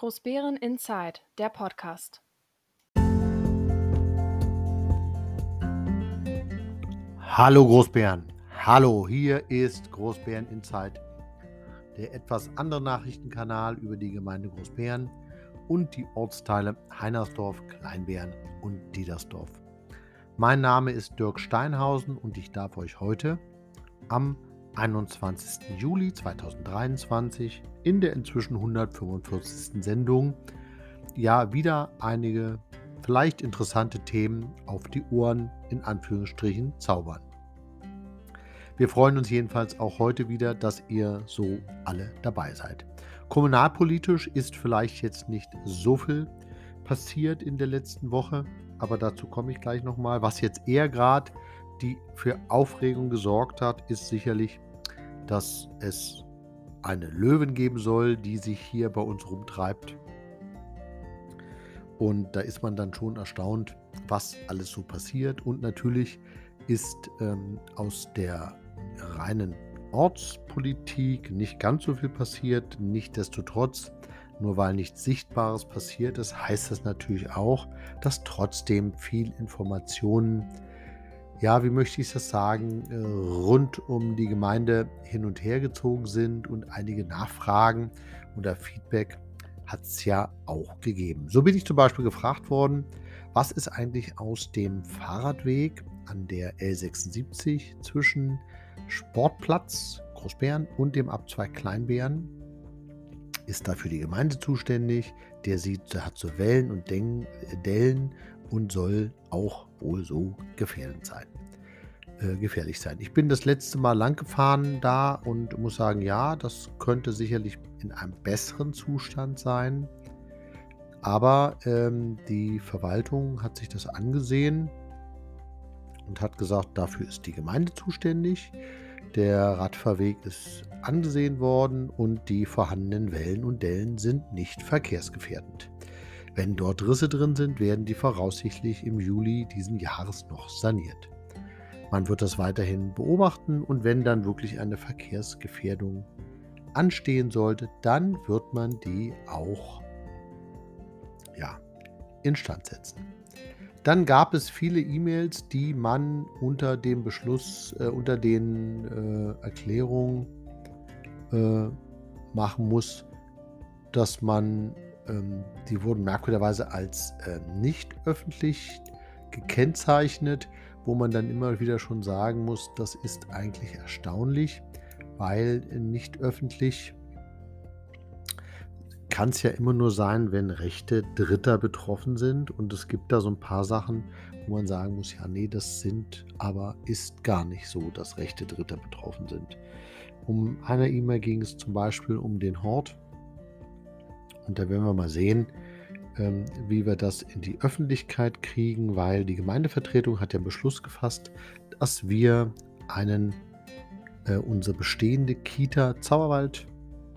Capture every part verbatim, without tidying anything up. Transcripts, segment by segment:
Großbären Inside, der Podcast. Hallo Großbären, hallo, hier ist Großbären Inside, der etwas andere Nachrichtenkanal über die Gemeinde Großbären und die Ortsteile Heinersdorf, Kleinbären und Diedersdorf. Mein Name ist Dirk Steinhausen und ich darf euch heute am einundzwanzigsten Juli zweitausenddreiundzwanzig in der inzwischen hundertfünfundvierzigsten Sendung ja wieder einige vielleicht interessante Themen auf die Ohren in Anführungsstrichen zaubern. Wir freuen uns jedenfalls auch heute wieder, dass ihr so alle dabei seid. Kommunalpolitisch ist vielleicht jetzt nicht so viel passiert in der letzten Woche, aber dazu komme ich gleich nochmal. Was jetzt eher gerade die für Aufregung gesorgt hat, ist sicherlich, dass es eine Löwin geben soll, die sich hier bei uns rumtreibt. Und da ist man dann schon erstaunt, was alles so passiert. Und natürlich ist ähm, aus der reinen Ortspolitik nicht ganz so viel passiert. Nichtsdestotrotz, nur weil nichts Sichtbares passiert ist, heißt das natürlich auch, dass trotzdem viel Informationen, ja, wie möchte ich das sagen, rund um die Gemeinde hin und her gezogen sind und einige Nachfragen oder Feedback hat es ja auch gegeben. So bin ich zum Beispiel gefragt worden, was ist eigentlich aus dem Fahrradweg an der L sechsundsiebzig zwischen Sportplatz Großbären und dem Abzweig Kleinbären? Ist dafür die Gemeinde zuständig? Der, sieht, der hat so Wellen und Dellen und soll auch wohl so gefährlich sein. Äh, gefährlich sein. Ich bin das letzte Mal lang gefahren da und muss sagen, ja, das könnte sicherlich in einem besseren Zustand sein. Aber ähm, die Verwaltung hat sich das angesehen und hat gesagt, dafür ist die Gemeinde zuständig. Der Radfahrweg ist angesehen worden und die vorhandenen Wellen und Dellen sind nicht verkehrsgefährdend. Wenn dort Risse drin sind, werden die voraussichtlich im Juli diesen Jahres noch saniert. Man wird das weiterhin beobachten und wenn dann wirklich eine Verkehrsgefährdung anstehen sollte, dann wird man die auch ja, instand setzen. Dann gab es viele E-Mails, die man unter dem Beschluss, äh, unter den äh, Erklärungen äh, machen muss, dass man, ähm, die wurden merkwürdigerweise als äh, nicht öffentlich gekennzeichnet, wo man dann immer wieder schon sagen muss, das ist eigentlich erstaunlich, weil nicht öffentlich kann es ja immer nur sein, wenn Rechte Dritter betroffen sind und es gibt da so ein paar Sachen, wo man sagen muss, ja nee, das sind, aber ist gar nicht so, dass Rechte Dritter betroffen sind. Um einer E-Mail ging es zum Beispiel um den Hort und da werden wir mal sehen, ähm, wie wir das in die Öffentlichkeit kriegen, weil die Gemeindevertretung hat ja Beschluss gefasst, dass wir einen, äh, unsere bestehende Kita Zauberwald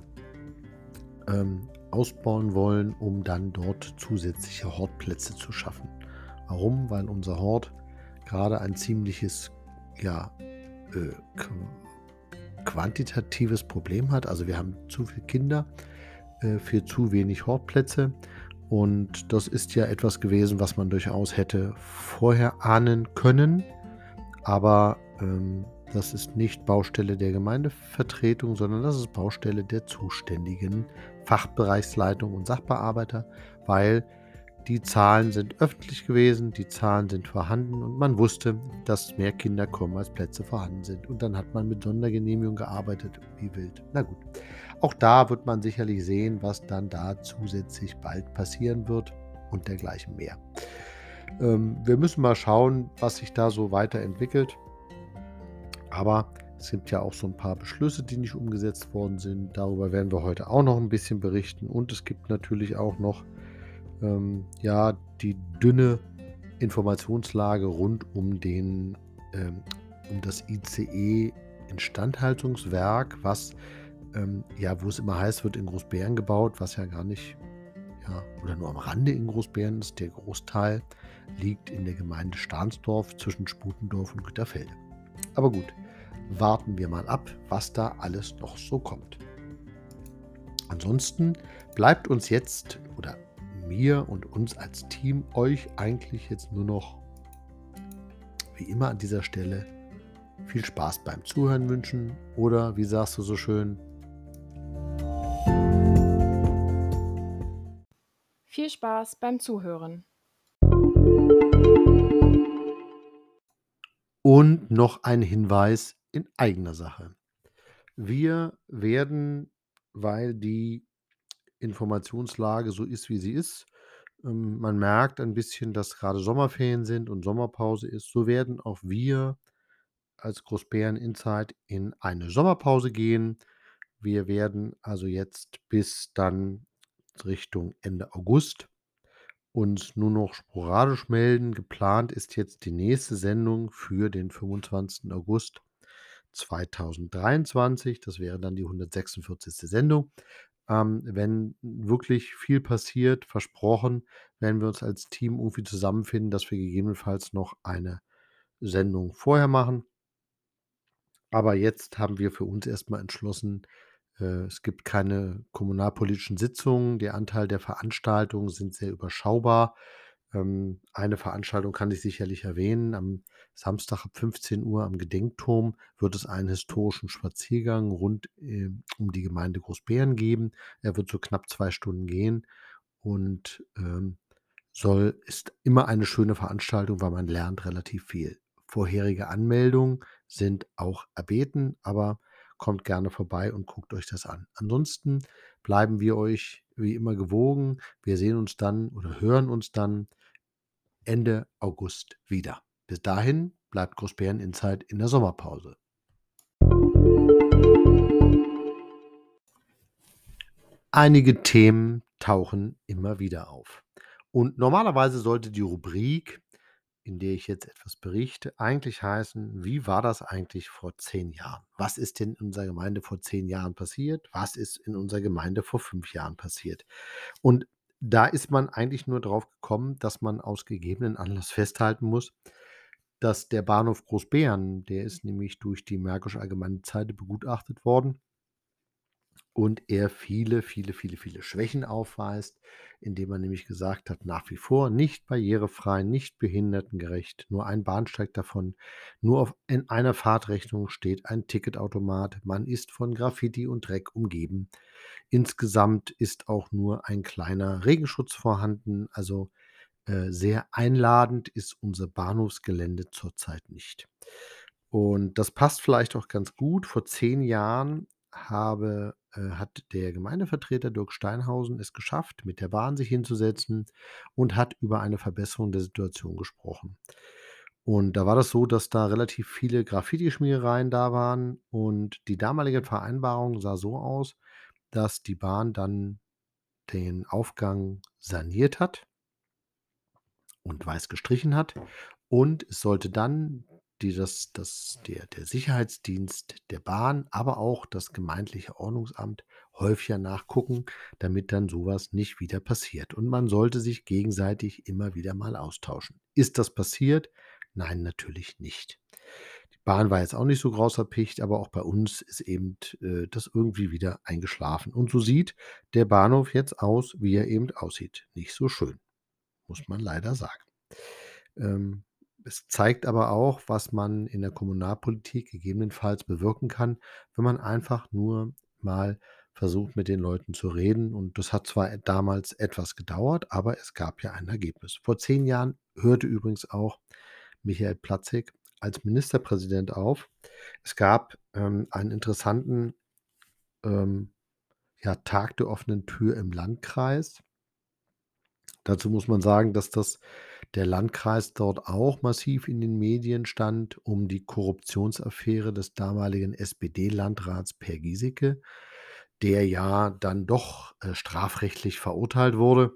ähm, ausbauen wollen, um dann dort zusätzliche Hortplätze zu schaffen. Warum? Weil unser Hort gerade ein ziemliches ja, äh, quantitatives Problem hat. Also wir haben zu viele Kinder äh, für zu wenig Hortplätze und das ist ja etwas gewesen, was man durchaus hätte vorher ahnen können, aber ähm, das ist nicht Baustelle der Gemeindevertretung, sondern das ist Baustelle der zuständigen Fachbereichsleitung und Sachbearbeiter, weil die Zahlen sind öffentlich gewesen, die Zahlen sind vorhanden und man wusste, dass mehr Kinder kommen, als Plätze vorhanden sind. Und dann hat man mit Sondergenehmigung gearbeitet, wie wild. Na gut, auch da wird man sicherlich sehen, was dann da zusätzlich bald passieren wird und dergleichen mehr. Ähm, wir müssen mal schauen, was sich da so weiterentwickelt. Aber es gibt ja auch so ein paar Beschlüsse, die nicht umgesetzt worden sind. Darüber werden wir heute auch noch ein bisschen berichten. Und es gibt natürlich auch noch ähm, ja, die dünne Informationslage rund um, den, ähm, um das I C E-Instandhaltungswerk, was ähm, ja, wo es immer heiß wird, in Großbären gebaut, was ja gar nicht, ja, oder nur am Rande in Großbären ist. Der Großteil liegt in der Gemeinde Stahnsdorf zwischen Sputendorf und Güterfelde. Aber gut, warten wir mal ab, was da alles noch so kommt. Ansonsten bleibt uns jetzt oder mir und uns als Team euch eigentlich jetzt nur noch, wie immer an dieser Stelle, viel Spaß beim Zuhören wünschen oder wie sagst du so schön? Viel Spaß beim Zuhören. Und noch ein Hinweis in eigener Sache. Wir werden, weil die Informationslage so ist, wie sie ist, ähm, man merkt ein bisschen, dass gerade Sommerferien sind und Sommerpause ist, so werden auch wir als Großbären Insight in eine Sommerpause gehen. Wir werden also jetzt bis dann Richtung Ende August uns nur noch sporadisch melden. Geplant ist jetzt die nächste Sendung für den fünfundzwanzigsten August zweitausenddreiundzwanzig. Das wäre dann die hundertsechsundvierzigste Sendung. Ähm, wenn wirklich viel passiert, versprochen, werden wir uns als Team irgendwie zusammenfinden, dass wir gegebenenfalls noch eine Sendung vorher machen. Aber jetzt haben wir für uns erst mal entschlossen, äh, es gibt keine kommunalpolitischen Sitzungen. Der Anteil der Veranstaltungen sind sehr überschaubar. Ähm, eine Veranstaltung kann ich sicherlich erwähnen. Am Samstag ab fünfzehn Uhr am Gedenkturm wird es einen historischen Spaziergang rund, ähm, um die Gemeinde Großbeeren geben. Er wird so knapp zwei Stunden gehen und, ähm, soll ist immer eine schöne Veranstaltung, weil man lernt relativ viel. Vorherige Anmeldungen sind auch erbeten, aber kommt gerne vorbei und guckt euch das an. Ansonsten bleiben wir euch wie immer gewogen. Wir sehen uns dann oder hören uns dann Ende August wieder. Bis dahin bleibt Großbären Insight in der Sommerpause. Einige Themen tauchen immer wieder auf. Und normalerweise sollte die Rubrik, in der ich jetzt etwas berichte, eigentlich heißen: Wie war das eigentlich vor zehn Jahren? Was ist denn in unserer Gemeinde vor zehn Jahren passiert? Was ist in unserer Gemeinde vor fünf Jahren passiert? Und da ist man eigentlich nur drauf gekommen, dass man aus gegebenen Anlass festhalten muss, dass der Bahnhof Großbeeren, der ist nämlich durch die Märkische Allgemeine Zeitung begutachtet worden und er viele, viele, viele, viele Schwächen aufweist, indem man nämlich gesagt hat, nach wie vor nicht barrierefrei, nicht behindertengerecht, nur ein Bahnsteig davon, nur auf in einer Fahrtrichtung steht ein Ticketautomat, man ist von Graffiti und Dreck umgeben. Insgesamt ist auch nur ein kleiner Regenschutz vorhanden, also, äh, sehr einladend ist unser Bahnhofsgelände zurzeit nicht. Und das passt vielleicht auch ganz gut. Vor zehn Jahren habe äh, hat der Gemeindevertreter Dirk Steinhausen es geschafft, mit der Bahn sich hinzusetzen und hat über eine Verbesserung der Situation gesprochen. Und da war das so, dass da relativ viele Graffiti-Schmierereien da waren und die damalige Vereinbarung sah so aus, dass die Bahn dann den Aufgang saniert hat und weiß gestrichen hat. Und es sollte dann die das das der der Sicherheitsdienst der Bahn, aber auch das gemeindliche Ordnungsamt häufiger nachgucken, damit dann sowas nicht wieder passiert. Und man sollte sich gegenseitig immer wieder mal austauschen. Ist das passiert? Nein, natürlich nicht. Die Bahn war jetzt auch nicht so groß erpicht, aber auch bei uns ist eben, äh, das irgendwie wieder eingeschlafen. Und so sieht der Bahnhof jetzt aus, wie er eben aussieht. Nicht so schön, muss man leider sagen. Ähm, es zeigt aber auch, was man in der Kommunalpolitik gegebenenfalls bewirken kann, wenn man einfach nur mal versucht, mit den Leuten zu reden. Und das hat zwar e damals etwas gedauert, aber es gab ja ein Ergebnis. Vor zehn Jahren hörte übrigens auch Michael Platzig als Ministerpräsident auf. Es gab, ähm, einen interessanten, ähm, ja, Tag der offenen Tür im Landkreis. Dazu muss man sagen, dass das der Landkreis dort auch massiv in den Medien stand, um die Korruptionsaffäre des damaligen S P D-Landrats Per Giesecke, der ja dann doch, äh, strafrechtlich verurteilt wurde.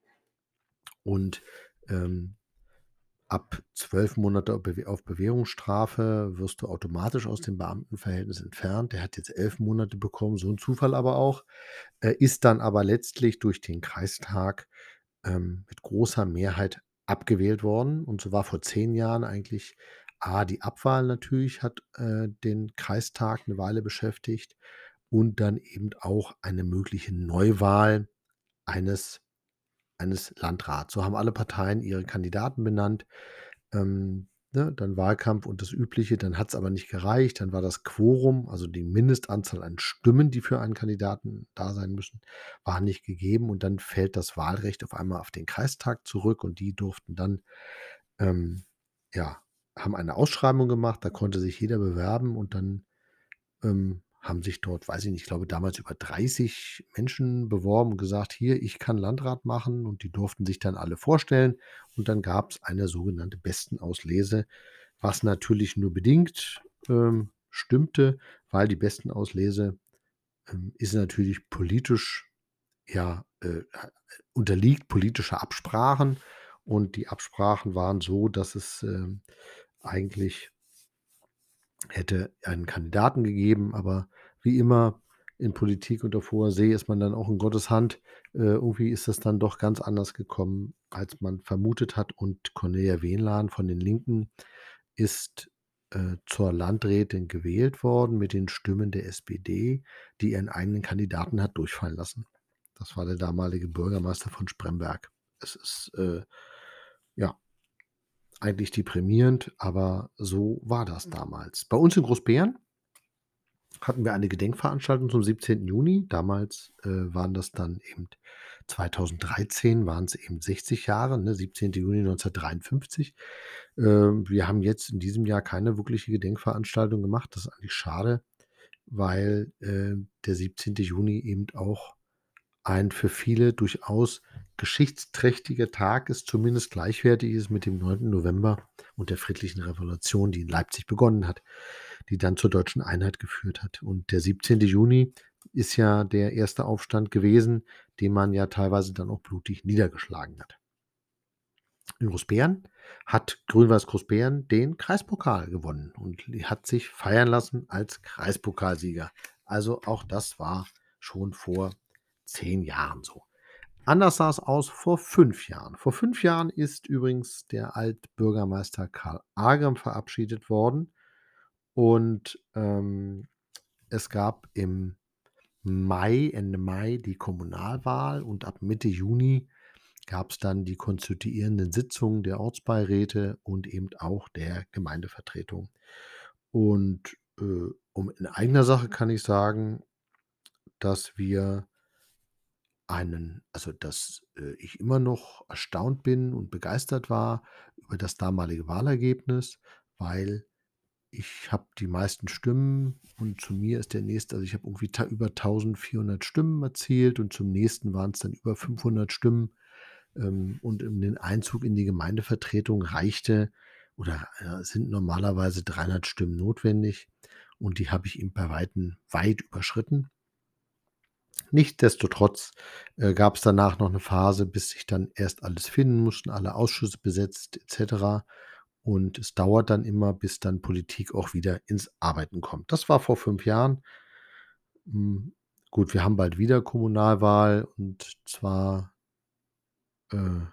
Und, ähm, ab zwölf Monate auf Bew auf Bewährungsstrafe wirst du automatisch aus dem Beamtenverhältnis entfernt. Der hat jetzt elf Monate bekommen, so 'n Zufall aber auch, äh, ist dann aber letztlich durch den Kreistag, ähm, mit großer Mehrheit abgewählt worden. Und so war vor zehn Jahren eigentlich A, die Abwahl natürlich hat, äh, den Kreistag 'ne Weile beschäftigt und dann eben auch eine mögliche Neuwahl eines eines Landrats. So haben alle Parteien ihre Kandidaten benannt, ähm, ne, dann Wahlkampf und das Übliche. Dann hat's aber nicht gereicht. Dann war das Quorum, also die Mindestanzahl an Stimmen, die für einen Kandidaten da sein müssen, war nicht gegeben und dann fällt das Wahlrecht auf einmal auf den Kreistag zurück und die durften dann, ähm, ja, haben eine Ausschreibung gemacht, da konnte sich jeder bewerben und dann, ähm, haben sich dort, weiß ich nicht, ich glaube damals über dreißig Menschen beworben und gesagt: „Hier, ich kann Landrat machen“, und die durften sich dann alle vorstellen und dann gab's eine sogenannte Bestenauslese, was natürlich nur bedingt, ähm, stimmte, weil die Bestenauslese, ähm, ist natürlich politisch, ja, äh, ha unterliegt politische Absprachen und die Absprachen waren so, dass es, ähm, eigentlich hätte einen Kandidaten gegeben, aber wie immer in Politik und auf hoher See ist man dann auch in Gottes Hand. Äh, irgendwie ist das dann doch ganz anders gekommen, als man vermutet hat und Cornelia Wenlan von den Linken ist, äh, zur Landrätin gewählt worden mit den Stimmen der S P D, die ihren eigenen Kandidaten hat durchfallen lassen. Das war der damalige Bürgermeister von Spremberg. Es ist, äh, ja eigentlich deprimierend, aber so war das damals. Bei uns in Großbeeren hatten wir eine Gedenkveranstaltung zum siebzehnten Juni. Damals, äh, waren das dann eben zweitausenddreizehn waren's eben sechzig Jahre, ne, siebzehnten Juni neunzehnhundertdreiundfünfzig. Ähm, wir haben jetzt in diesem Jahr keine wirkliche Gedenkveranstaltung gemacht. Das ist eigentlich schade, weil, äh, der siebzehnte Juni eben auch ein für viele durchaus geschichtsträchtiger Tag ist, zumindest gleichwertig ist mit dem neunten November und der friedlichen Revolution, die in Leipzig begonnen hat, die dann zur deutschen Einheit geführt hat. Und der siebzehnte Juni ist ja der erste Aufstand gewesen, den man ja teilweise dann auch blutig niedergeschlagen hat. In Großbeeren hat Grün-Weiß Großbeeren den Kreispokal gewonnen und li hat sich feiern lassen als Kreispokalsieger. Also, auch das war schon vor zehn Jahren so. Anders sah es aus vor fünf Jahren. Vor fünf Jahren ist übrigens der Altbürgermeister Karl Agam verabschiedet worden und, ähm, es gab im Mai Ende Mai die Kommunalwahl und ab Mitte Juni gab's dann die konstituierenden Sitzungen der Ortsbeiräte und eben auch der Gemeindevertretung. Und, äh, um in eigener Sache kann ich sagen, dass wir einen also, dass, äh, ich immer noch erstaunt bin und begeistert war über das damalige Wahlergebnis, weil ich habe die meisten Stimmen und zu mir ist der nächste also, ich habe irgendwie ta über tausendvierhundert Stimmen erzielt und zum nächsten waren's dann über fünfhundert Stimmen. Ähm, und um den Einzug in die Gemeindevertretung reichte oder, äh, sind normalerweise dreihundert Stimmen notwendig und die habe ich eben bei Weitem weit überschritten. Nichtsdestotrotz, äh, gab's danach noch 'ne Phase, bis sich dann erst alles finden mussten, alle Ausschüsse besetzt et cetera. Und es dauert dann immer, bis dann Politik auch wieder ins Arbeiten kommt. Das war vor fünf Jahren. Hm, gut, wir haben bald wieder Kommunalwahl und zwar äh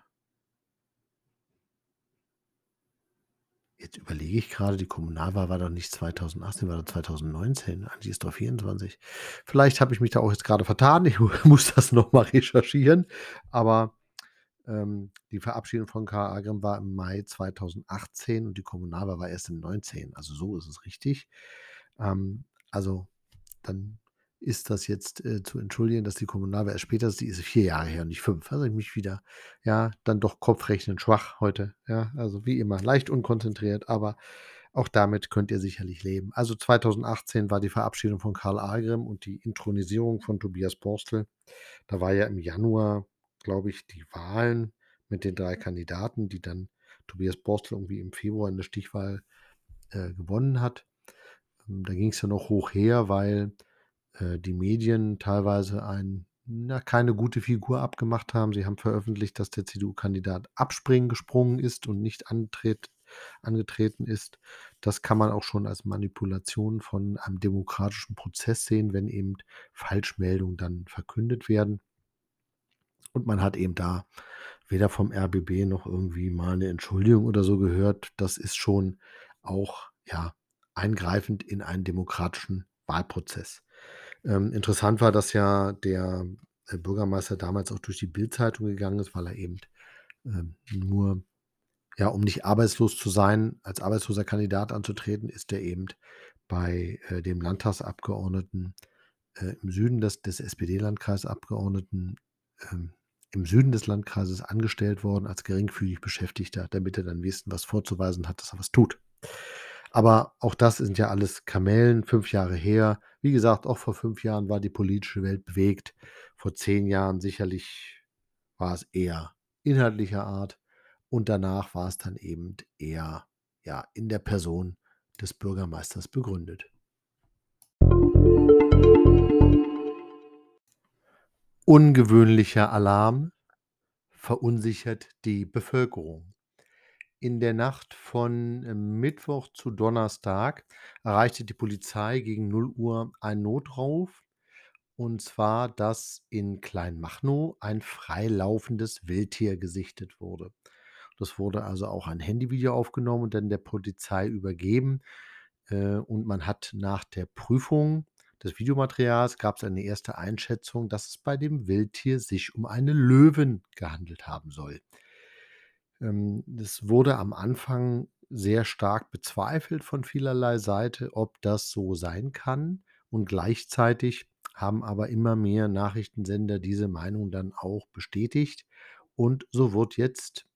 Jetzt überlege ich grade, die Kommunalwahl war doch nicht zweitausendachtzehn, war doch zweitausendneunzehn. Eigentlich ist doch vierundzwanzig. Vielleicht habe ich mich da auch jetzt grade vertan. Ich mu muss das noch mal recherchieren, aber, ähm, die Verabschiedung von Karl Agam war im Mai zweitausendachtzehn und die Kommunalwahl war erst in neunzehn. Also, so ist es richtig. Ähm, also, dann ist das jetzt, äh, zu entschuldigen, dass die Kommunalwahl erst später ist. Die ist vier Jahre her und nicht fünf. Also, ich mich wieder ja, dann doch Kopfrechnen schwach heute, ja, also, wie immer leicht unkonzentriert, aber auch damit könnt ihr sicherlich leben. Also, zweitausendachtzehn war die Verabschiedung von Karl Agam und die Inthronisierung von Tobias Borstel. Da war ja im Januar, glaube ich, die Wahlen mit den drei Kandidaten, die dann Tobias Borstel irgendwie im Februar in der Stichwahl, äh, gewonnen hat. Hm, da ging's ja noch hoch her, weil, äh, die Medien teilweise ein na, keine gute Figur abgemacht haben. Sie haben veröffentlicht, dass der C D U-Kandidat abspringen gesprungen ist und nicht antret angetreten ist. Das kann man auch schon als Manipulation von einem demokratischen Prozess sehen, wenn eben Falschmeldungen dann verkündet werden. Und man hat eben da weder vom R B B noch irgendwie mal 'ne Entschuldigung oder so gehört. Das ist schon auch, ja, eingreifend in einen demokratischen Wahlprozess. Ähm, interessant war, dass ja der, äh, Bürgermeister damals auch durch die Bild-Zeitung gegangen ist, weil er eben, ähm, nur ja, um nicht arbeitslos zu sein, als arbeitsloser Kandidat anzutreten, ist er eben bei, äh, dem Landtagsabgeordneten, äh, im Süden des des S P D-Landkreisabgeordneten, ähm, im Süden des Landkreises angestellt worden als geringfügig Beschäftigter, damit er dann wenigstens was vorzuweisen hat, dass er was tut. Aber auch das sind ja alles Kamellen, fünf Jahre her. Wie gesagt, auch vor fünf Jahren war die politische Welt bewegt. Vor zehn Jahren sicherlich war es eher inhaltlicher Art und danach war es dann eben eher, ja, in der Person des Bürgermeisters begründet. Ungewöhnlicher Alarm verunsichert die Bevölkerung. In der Nacht von, ähm, Mittwoch zu Donnerstag erreichte die Polizei gegen null Uhr einen Notruf, und zwar, dass in Kleinmachnow ein freilaufendes Wildtier gesichtet wurde. Das wurde also auch ein Handyvideo aufgenommen und dann der Polizei übergeben, äh, und man hat nach der Prüfung des Videomaterials gab's eine erste Einschätzung, dass es bei dem Wildtier sich um eine Löwin gehandelt haben soll. Ähm, das wurde am Anfang sehr stark bezweifelt von vielerlei Seite, ob das so sein kann, und gleichzeitig haben aber immer mehr Nachrichtensender diese Meinung dann auch bestätigt und so wird jetzt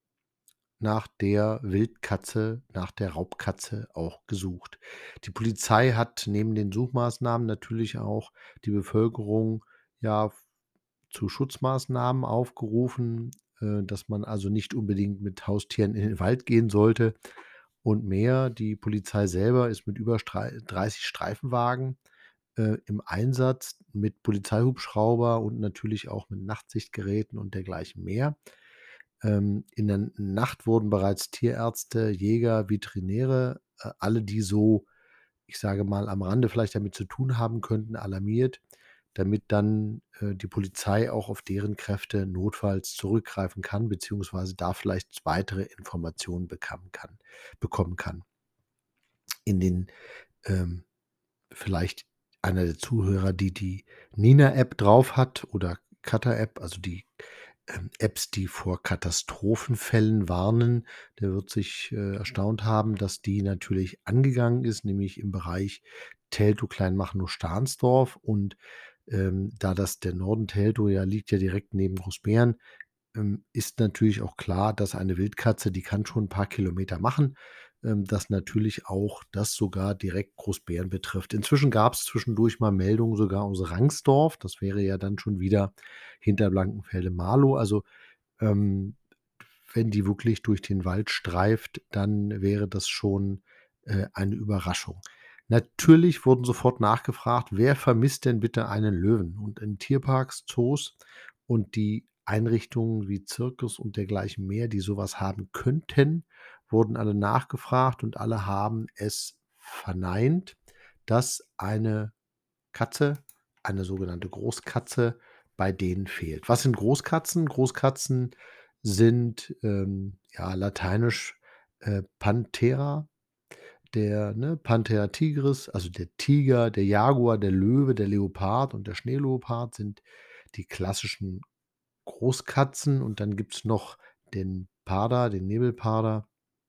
nach der Wildkatze, nach der Raubkatze auch gesucht. Die Polizei hat neben den Suchmaßnahmen natürlich auch die Bevölkerung, ja, f zu Schutzmaßnahmen aufgerufen, äh, dass man also nicht unbedingt mit Haustieren in den Wald gehen sollte und mehr. Die Polizei selber ist mit über strei dreißig Streifenwagen, äh, im Einsatz, mit Polizeihubschrauber und natürlich auch mit Nachtsichtgeräten und dergleichen mehr. Ähm, in der N Nacht wurden bereits Tierärzte, Jäger, Veterinäre, äh, alle, die so, ich sage mal, am Rande vielleicht damit zu tun haben könnten, alarmiert, damit dann, äh, die Polizei auch auf deren Kräfte notfalls zurückgreifen kann, beziehungsweise da vielleicht weitere Informationen bekamen kann bekommen kann. In den, ähm vielleicht einer der Zuhörer, die die Nina-App drauf hat oder Kata-App, also die, ähm, Apps, die vor Katastrophenfällen warnen, der wird sich, äh, erstaunt haben, dass die natürlich angegangen ist, nämlich im Bereich Teltow-Kleinmachnow-Stahnsdorf und, ähm, da das der Norden Teltow ja liegt ja direkt neben Großbeeren, ähm, ist natürlich auch klar, dass eine Wildkatze, die kann schon 'n paar Kilometer machen, ähm, dass natürlich auch das sogar direkt Großbeeren betrifft. Inzwischen gab's zwischendurch mal Meldungen sogar aus Rangsdorf. Das wäre ja dann schon wieder hinter Blankenfelde-Marlow. Also, ähm, wenn die wirklich durch den Wald streift, dann wäre das schon, äh, eine Überraschung. Natürlich wurden sofort nachgefragt: „Wer vermisst denn bitte einen Löwen?“ Und in Tierparks, Zoos und die Einrichtungen wie Zirkus und dergleichen mehr, die so was haben könnten, wurden alle nachgefragt und alle haben es verneint, dass eine Katze, eine sogenannte Großkatze, bei denen fehlt. Was sind Großkatzen? Großkatzen sind, ähm, ja, lateinisch, äh, Panthera, der, ne, Panthera tigris, also der Tiger, der Jaguar, der Löwe, der Leopard und der Schneeleopard sind die klassischen Großkatzen und dann gibt's noch den Parder, den Nebelparder.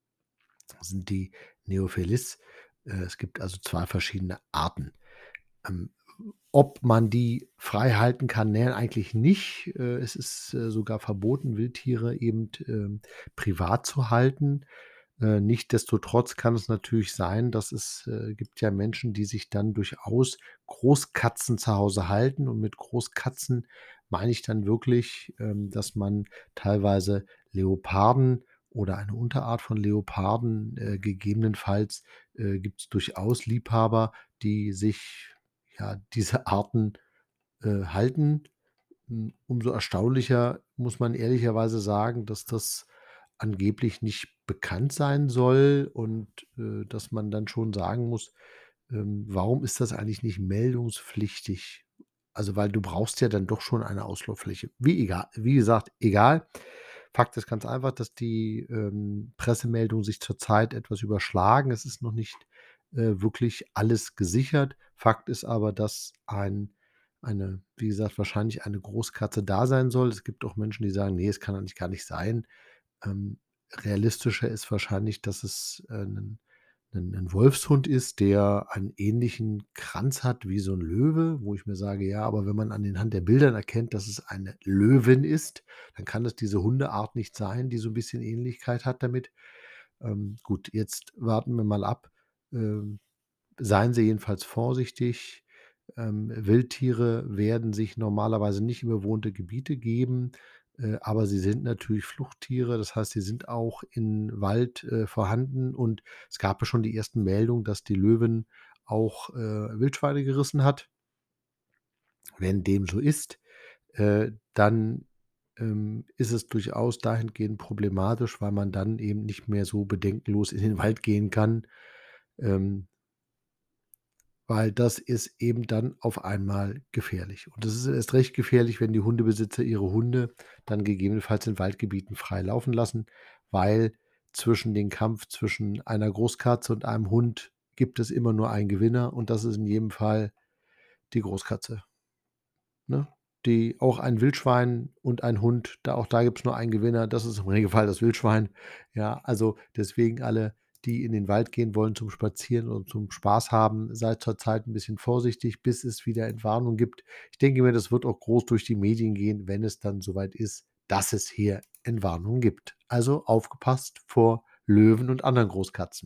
Das sind die Neophelis. Äh, es gibt also zwei verschiedene Arten. Ähm, ob man die frei halten kann? Ne, eigentlich nicht. Äh, es ist, äh, sogar verboten, Wildtiere eben, ähm, privat zu halten. Äh, nichtsdestotrotz kann es natürlich sein, dass es äh, gibt ja Menschen, die sich dann durchaus Großkatzen zu Hause halten und mit Großkatzen meine ich dann wirklich, ähm, dass man teilweise Leoparden oder eine Unterart von Leoparden, äh, gegebenenfalls, äh, gibt's durchaus Liebhaber, die sich, ja, diese Arten, äh, halten. Hm, umso erstaunlicher muss man ehrlicherweise sagen, dass das angeblich nicht bekannt sein soll und, äh, dass man dann schon sagen muss, ähm, warum ist das eigentlich nicht meldungspflichtig? Also, weil du brauchst ja dann doch schon eine Auslauffläche. Wie ega wie gesagt, egal. Fakt ist ganz einfach, dass die, ähm, Pressemeldungen sich zurzeit etwas überschlagen. Es ist noch nicht, äh, wirklich alles gesichert. Fakt ist aber, dass ein eine wie gesagt, wahrscheinlich eine Großkatze da sein soll. Es gibt auch Menschen, die sagen: „Ne, es kann eigentlich gar nicht sein.“ Ähm, realistischer ist wahrscheinlich, dass es, äh, 'nen 'nen 'nen Wolfshund ist, der einen ähnlichen Kranz hat wie so 'n Löwe, wo ich mir sage: „Ja, aber wenn man an den Hand der Bildern erkennt, dass es eine Löwin ist, dann kann es diese Hundeart nicht sein, die so 'n bisschen Ähnlichkeit hat damit.“ Ähm, gut, jetzt warten wir mal ab. Ähm, seien Sie jedenfalls vorsichtig. Ähm, Wildtiere werden sich normalerweise nicht in bewohnte Gebiete geben, äh, aber sie sind natürlich Fluchttiere. Das heißt, sie sind auch in Wald, äh, vorhanden und es gab ja schon die ersten Meldungen, dass die Löwin auch, äh, Wildschweine gerissen hat. Wenn dem so ist, äh, dann, ähm, ist es durchaus dahingehend problematisch, weil man dann eben nicht mehr so bedenkenlos in den Wald gehen kann, ähm weil das ist eben dann auf einmal gefährlich. Und das ist erst recht gefährlich, wenn die Hundebesitzer ihre Hunde dann gegebenenfalls in Waldgebieten frei laufen lassen, weil zwischen den Kampf zwischen einer Großkatze und einem Hund gibt es immer nur einen Gewinner und das ist in jedem Fall die Großkatze. Ne? Die auch ein Wildschwein und ein Hund, da auch da gibt's nur einen Gewinner, das ist im Regelfall das Wildschwein. Ja, also deswegen alle, die in den Wald gehen wollen zum Spazieren und zum Spaß haben, seid zurzeit 'n bisschen vorsichtig, bis es wieder Entwarnung gibt. Ich denke mir, das wird auch groß durch die Medien gehen, wenn es dann soweit ist, dass es hier Entwarnung gibt. Also aufgepasst vor Löwen und anderen Großkatzen.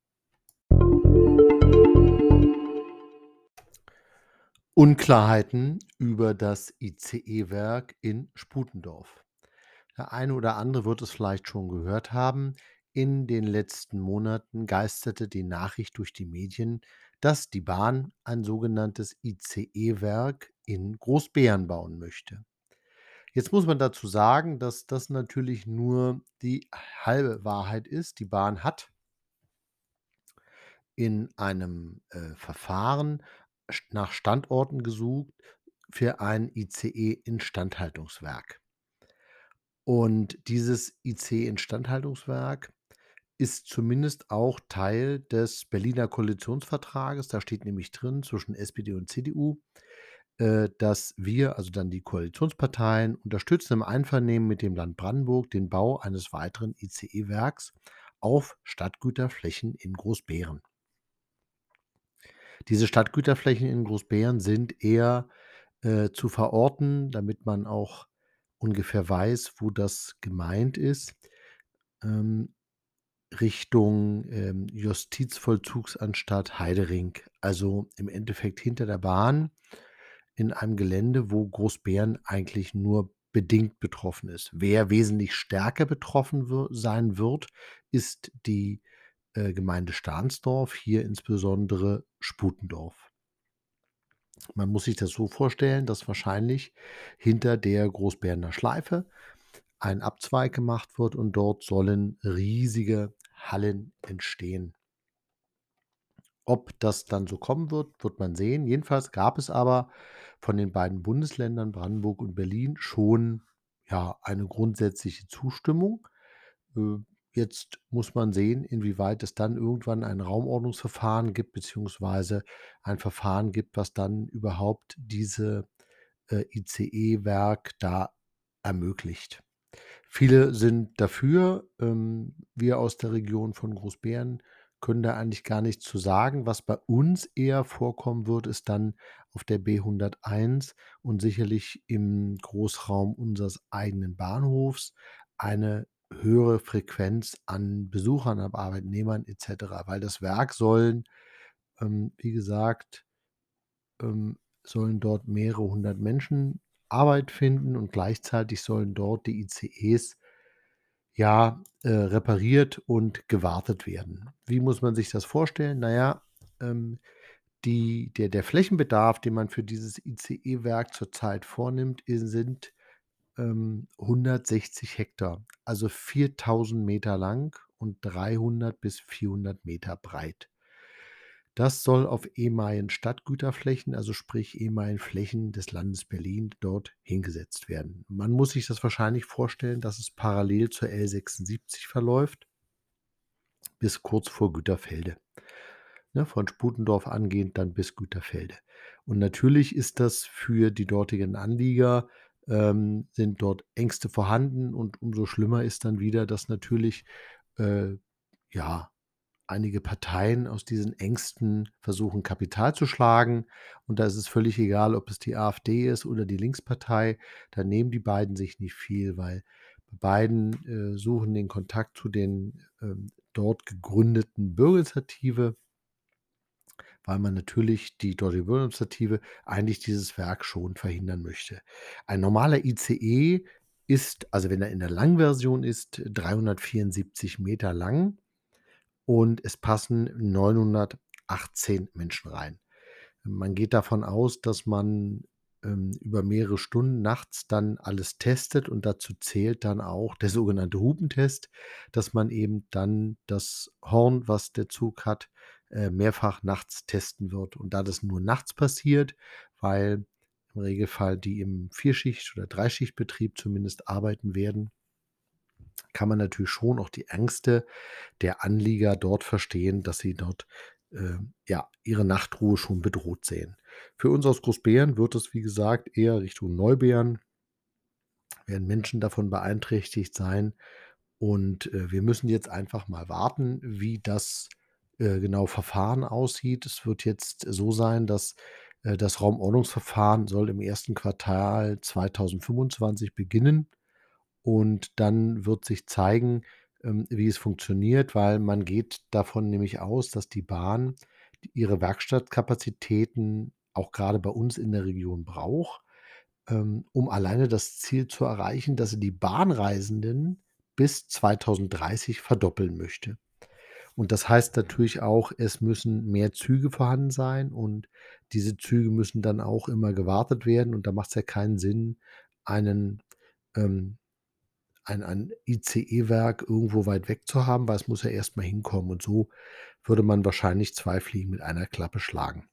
Unklarheiten über das ICE-Werk in Sputendorf. Der eine oder andere wird es vielleicht schon gehört haben. In den letzten Monaten geisterte die Nachricht durch die Medien, dass die Bahn ein sogenanntes ICE-Werk in Großbeeren bauen möchte. Jetzt muss man dazu sagen, dass das natürlich nur die halbe Wahrheit ist. Die Bahn hat in einem, äh, Verfahren st nach Standorten gesucht für ein ICE-Instandhaltungswerk. Und dieses ICE-Instandhaltungswerk ist zumindest auch Teil des Berliner Koalitionsvertrages. Da steht nämlich drin zwischen SPD und CDU, äh, dass wir, also dann die Koalitionsparteien, unterstützen im Einvernehmen mit dem Land Brandenburg den Bau eines weiteren ICE-Werks auf Stadtgüterflächen in Großbeeren. Diese Stadtgüterflächen in Großbeeren sind eher, äh, zu verorten, damit man auch ungefähr weiß, wo das gemeint ist, ähm, Richtung, ähm, Justizvollzugsanstalt Heidering. Also, im Endeffekt hinter der Bahn in einem Gelände, wo Großbeeren eigentlich nur bedingt betroffen ist. Wer wesentlich stärker betroffen wür sein wird, ist die, äh, Gemeinde Stahnsdorf, hier insbesondere Sputendorf. Man muss sich das so vorstellen, dass wahrscheinlich hinter der Großbeerner Schleife ein Abzweig gemacht wird und dort sollen riesige Hallen entstehen. Ob das dann so kommen wird, wird man sehen. Jedenfalls gab es aber von den beiden Bundesländern Brandenburg und Berlin schon, ja, eine grundsätzliche Zustimmung. Äh, jetzt muss man sehen, inwieweit es dann irgendwann ein Raumordnungsverfahren gibt, beziehungsweise ein Verfahren gibt, was dann überhaupt diese, äh, ICE-Werk da ermöglicht. Viele sind dafür. Ähm, wir aus der Region von Großbeeren können da eigentlich gar nichts zu sagen. Was bei uns eher vorkommen wird, ist dann auf der B hunderteins und sicherlich im Großraum unseres eigenen Bahnhofs eine höhere Frequenz an Besuchern, an Arbeitnehmern et cetera, weil das Werk sollen, ähm, wie gesagt ähm, sollen dort mehrere hundert Menschen Arbeit finden und gleichzeitig sollen dort die ICEs, ja, äh, repariert und gewartet werden. Wie muss man sich das vorstellen? Na ja, ähm, die der der Flächenbedarf, den man für dieses ICE-Werk zurzeit vornimmt, i sind, ähm, hundertsechzig Hektar, also viertausend Meter lang und dreihundert bis vierhundert Meter breit. Das soll auf ehemaligen Stadtgüterflächen, also sprich ehemaligen Flächen des Landes Berlin, dort hingesetzt werden. Man muss sich das wahrscheinlich vorstellen, dass es parallel zur L sechsundsiebzig verläuft bis kurz vor Güterfelde. ne, von Sputendorf angehend dann bis Güterfelde. Und natürlich ist das für die dortigen Anlieger ähm, sind dort Ängste vorhanden und umso schlimmer ist dann wieder, dass natürlich, äh, ja, einige Parteien aus diesen Ängsten versuchen, Kapital zu schlagen. Und da ist es völlig egal, ob es die AfD ist oder die Linkspartei. Da nehmen die beiden sich nicht viel, weil bei beiden, äh, suchen den Kontakt zu den, ähm, dort gegründeten Bürgerinitiative, weil man natürlich die dortige Bürgerinitiative eigentlich dieses Werk schon verhindern möchte. Ein normaler I C E ist, also wenn er in der Langversion ist, dreihundertvierundsiebzig Meter lang und es passen neunhundertachtzehn Menschen rein. Man geht davon aus, dass man, ähm, über mehrere Stunden nachts dann alles testet und dazu zählt dann auch der sogenannte Hupentest, dass man eben dann das Horn, was der Zug hat, äh, mehrfach nachts testen wird. Und da das nur nachts passiert, weil im Regelfall die im Vierschicht oder Dreischichtbetrieb zumindest arbeiten werden, kann man natürlich schon auch die Ängste der Anlieger dort verstehen, dass sie dort, ähm, ja, ihre Nachtruhe schon bedroht sehen. Für uns aus Großbeeren wird es, wie gesagt, eher Richtung Neubeeren werden Menschen davon beeinträchtigt sein. Und, äh, wir müssen jetzt einfach mal warten, wie das, äh, genau Verfahren aussieht. Es wird jetzt so sein, dass, äh, das Raumordnungsverfahren soll im ersten Quartal zweitausendfünfundzwanzig beginnen. Und dann wird sich zeigen, ähm, wie es funktioniert, weil man geht davon nämlich aus, dass die Bahn d ihre Werkstattkapazitäten auch gerade bei uns in der Region braucht, ähm, um alleine das Ziel zu erreichen, dass sie die Bahnreisenden bis zweitausenddreißig verdoppeln möchte. Und das heißt natürlich auch, es müssen mehr Züge vorhanden sein und diese Züge müssen dann auch immer gewartet werden und da macht's ja keinen Sinn, einen, ähm ein ein I C E-Werk irgendwo weit weg zu haben, weil es muss ja erst mal hinkommen und so würde man wahrscheinlich zwei Fliegen mit einer Klappe schlagen.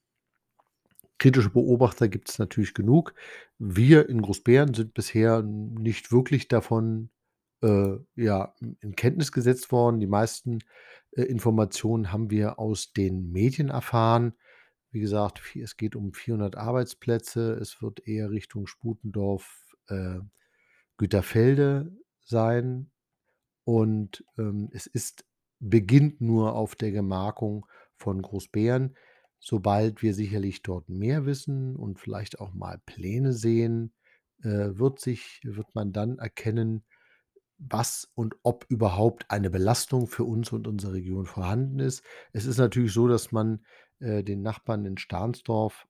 Kritische Beobachter gibt's natürlich genug. Wir in Großbeeren sind bisher nicht wirklich davon, äh, ja, in in Kenntnis gesetzt worden. Die meisten, äh, Informationen haben wir aus den Medien erfahren. Wie gesagt, vi es geht um vierhundert Arbeitsplätze. Es wird eher Richtung Sputendorf, äh, Güterfelde sein. Und, ähm, es ist beginnt nur auf der Gemarkung von Großbeeren. Sobald wir sicherlich dort mehr wissen und vielleicht auch mal Pläne sehen, äh, wird sich wird man dann erkennen, was und ob überhaupt eine Belastung für uns und unsere Region vorhanden ist. Es ist natürlich so, dass man, äh, den Nachbarn in Stahnsdorf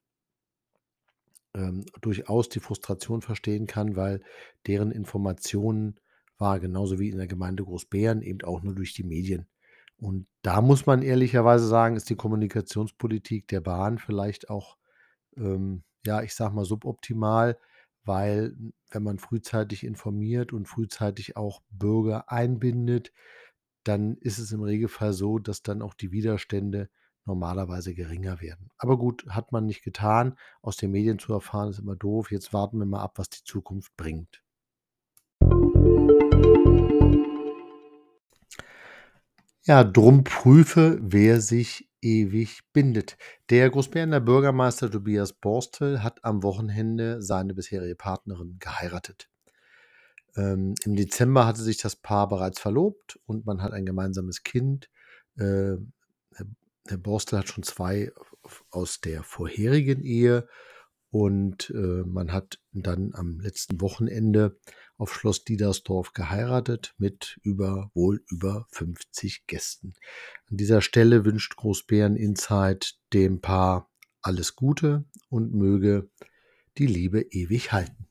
ähm, durchaus die Frustration verstehen kann, weil deren Informationen war genauso wie in der Gemeinde Großbeeren eben auch nur durch die Medien. Und da muss man ehrlicherweise sagen, ist die Kommunikationspolitik der Bahn vielleicht auch, ähm, ja, ich sage mal, suboptimal, weil n wenn man frühzeitig informiert und frühzeitig auch Bürger einbindet, dann ist es im Regelfall so, dass dann auch die Widerstände normalerweise geringer werden. Aber gut, hat man nicht getan. Aus den Medien zu erfahren, ist immer doof. Jetzt warten wir mal ab, was die Zukunft bringt. Ja, drum prüfe, wer sich ewig bindet. Der Großbeerner Bürgermeister Tobias Borstel hat am Wochenende seine bisherige Partnerin geheiratet. Ähm, im Dezember hatte sich das Paar bereits verlobt und man hat ein gemeinsames Kind. Äh, Herr Herr Borstel hat schon zwei f f aus der vorherigen Ehe und, äh, man hat dann am letzten Wochenende auf Schloss Diedersdorf geheiratet mit über wohl über fünfzig Gästen. An dieser Stelle wünscht Großbeeren Insight dem Paar alles Gute und möge die Liebe ewig halten.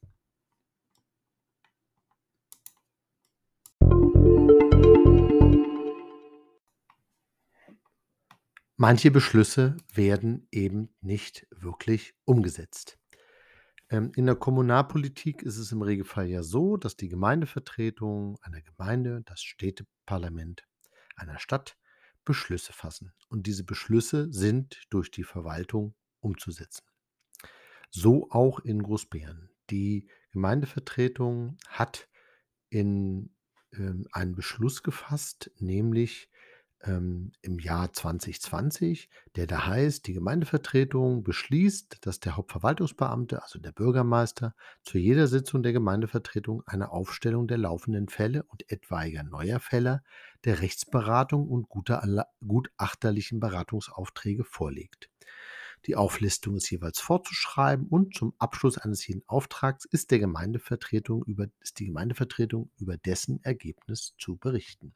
Manche Beschlüsse werden eben nicht wirklich umgesetzt. Ähm, in der Kommunalpolitik ist es im Regelfall ja so, dass die Gemeindevertretung einer Gemeinde, das Städteparlament einer Stadt Beschlüsse fassen. Und diese Beschlüsse sind durch die Verwaltung umzusetzen. So auch in Großbeeren. Die Gemeindevertretung hat in ähm, einen Beschluss gefasst, nämlich ähm, im Jahr zwanzig zwanzig, der da heißt: „Die Gemeindevertretung beschließt, dass der Hauptverwaltungsbeamte, also der Bürgermeister, zu jeder Sitzung der Gemeindevertretung eine Aufstellung der laufenden Fälle und etwaiger neuer Fälle, der Rechtsberatung und guter alla gutachterlichen Beratungsaufträge vorlegt. Die Auflistung ist jeweils vorzuschreiben und zum Abschluss eines jeden Auftrags ist der Gemeindevertretung über ist die Gemeindevertretung über dessen Ergebnis zu berichten.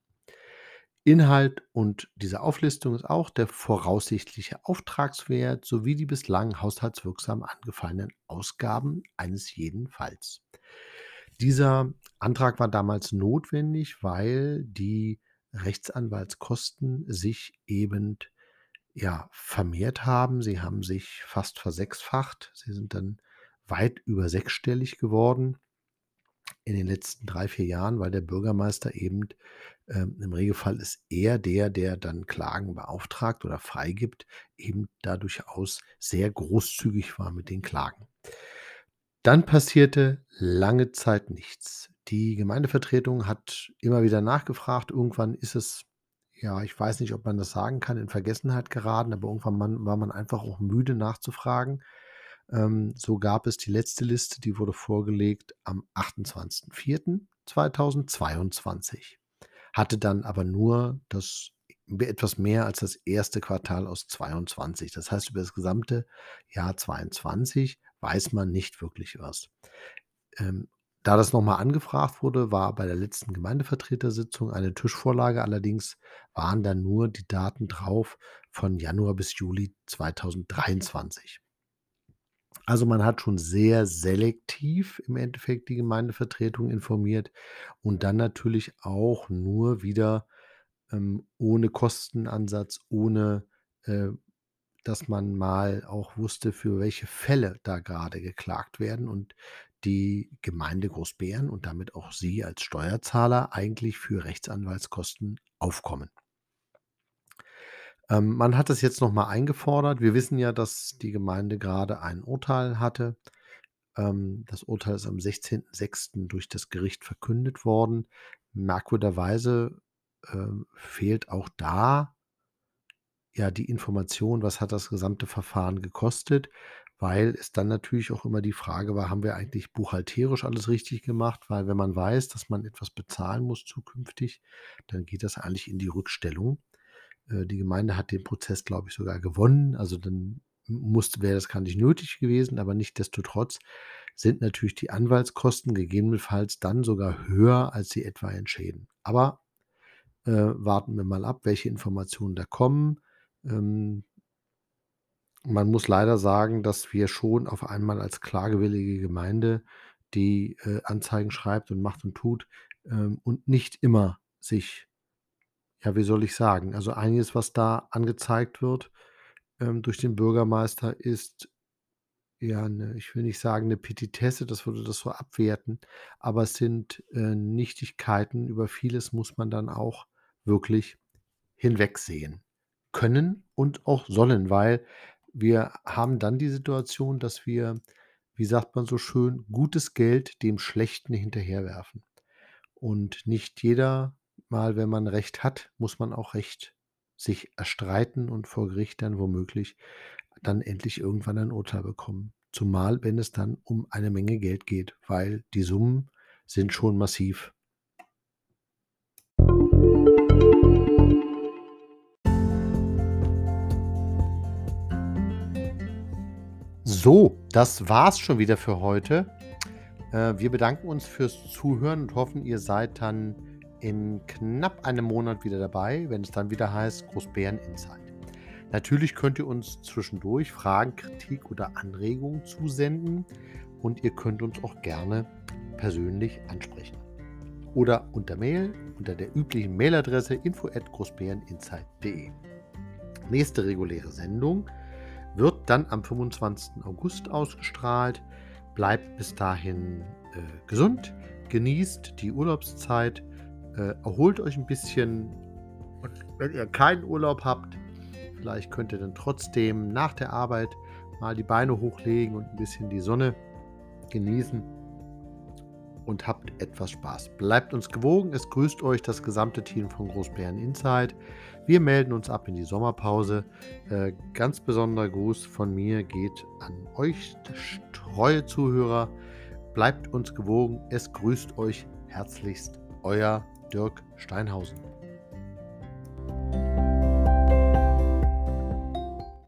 Inhalt und dieser Auflistung ist auch der voraussichtliche Auftragswert sowie die bislang haushaltswirksam angefallenen Ausgaben eines jeden Falls. Dieser Antrag war damals notwendig, weil die Rechtsanwaltskosten sich eben, ja, vermehrt haben. Sie haben sich fast versechsfacht. Sie sind dann weit über sechsstellig geworden in den letzten drei vier Jahren, weil der Bürgermeister eben ähm, im Regelfall ist er der, der dann Klagen beauftragt oder freigibt, eben da durchaus sehr großzügig war mit den Klagen. Dann passierte lange Zeit nichts. Die Gemeindevertretung hat immer wieder nachgefragt. Irgendwann ist es, ja, ich weiß nicht, ob man das sagen kann, in Vergessenheit geraten, aber irgendwann man war man einfach auch müde nachzufragen. Ähm, so gab es die letzte Liste, die wurde vorgelegt am achtundzwanzigsten vierten zweitausendzweiundzwanzig, hatte dann aber nur das etwas mehr als das erste Quartal aus zweiundzwanzig. Das heißt, über das gesamte Jahr zweiundzwanzig weiß man nicht wirklich was. Ähm, Da das noch mal angefragt wurde, war bei der letzten Gemeindevertretersitzung eine Tischvorlage. Allerdings waren da nur die Daten drauf von Januar bis Juli zweitausenddreiundzwanzig. Also, man hat schon sehr selektiv im Endeffekt die Gemeindevertretung informiert und dann natürlich auch nur wieder, ähm, ohne Kostenansatz, ohne, äh, dass man mal auch wusste, für welche Fälle da gerade geklagt werden und die Gemeinde Großbeeren und damit auch Sie als Steuerzahler eigentlich für Rechtsanwaltskosten aufkommen. Ähm, man hat das jetzt noch mal eingefordert. Wir wissen ja, dass die Gemeinde gerade ein Urteil hatte. Ähm, das Urteil ist am sechzehnten sechsten durch das Gericht verkündet worden. Merkwürdigerweise, ähm, fehlt auch da ja die Information, was hat das gesamte Verfahren gekostet, weil es dann natürlich auch immer die Frage war, haben wir eigentlich buchhalterisch alles richtig gemacht? Weil wenn man weiß, dass man etwas bezahlen muss zukünftig, dann geht das eigentlich in die Rückstellung. Äh, die Gemeinde hat den Prozess, glaube ich, sogar gewonnen. Also dann musste wäre das gar nicht nötig gewesen, aber nichtsdestotrotz sind natürlich die Anwaltskosten gegebenenfalls dann sogar höher als die etwaigen Schäden. Aber, äh, warten wir mal ab, welche Informationen da kommen. Ähm, Man muss leider sagen, dass wir schon auf einmal als klagewillige Gemeinde, die, äh, Anzeigen schreibt und macht und tut, ähm, und nicht immer sich, ja, wie soll ich sagen, also einiges, was da angezeigt wird, ähm, durch den Bürgermeister ist, ja, 'ne, ich will nicht sagen 'ne Petitesse, das würde das so abwerten, aber es sind, äh, Nichtigkeiten. Über vieles muss man dann auch wirklich hinwegsehen können und auch sollen, weil wir haben dann die Situation, dass wir, wie sagt man so schön, gutes Geld dem Schlechten hinterherwerfen. Und nicht jeder Mal, wenn man Recht hat, muss man auch Recht sich erstreiten und vor Gericht dann womöglich dann endlich irgendwann ein Urteil bekommen. Zumal, wenn es dann um eine Menge Geld geht, weil die Summen sind schon massiv. So, das war's schon wieder für heute. Äh, wir bedanken uns fürs Zuhören und hoffen, ihr seid dann in knapp einem Monat wieder dabei, wenn es dann wieder heißt Großbären Insight. Natürlich könnt ihr uns zwischendurch Fragen, Kritik oder Anregungen zusenden und ihr könnt uns auch gerne persönlich ansprechen. Oder unter Mail unter der üblichen Mailadresse info at großbäreninsight punkt de. Nächste reguläre Sendung wird dann am fünfundzwanzigsten August ausgestrahlt. Bleibt bis dahin äh, gesund, genießt die Urlaubszeit, äh, erholt euch ein bisschen. Und wenn ihr keinen Urlaub habt, vielleicht könnt ihr dann trotzdem nach der Arbeit mal die Beine hochlegen und ein bisschen die Sonne genießen. und habt etwas Spaß. Bleibt uns gewogen. Es grüßt euch das gesamte Team von Großbären Insight. Wir melden uns ab in die Sommerpause. Äh, ganz besonderer Gruß von mir geht an euch, treue Zuhörer. Bleibt uns gewogen. Es grüßt euch herzlichst euer Dirk Steinhausen.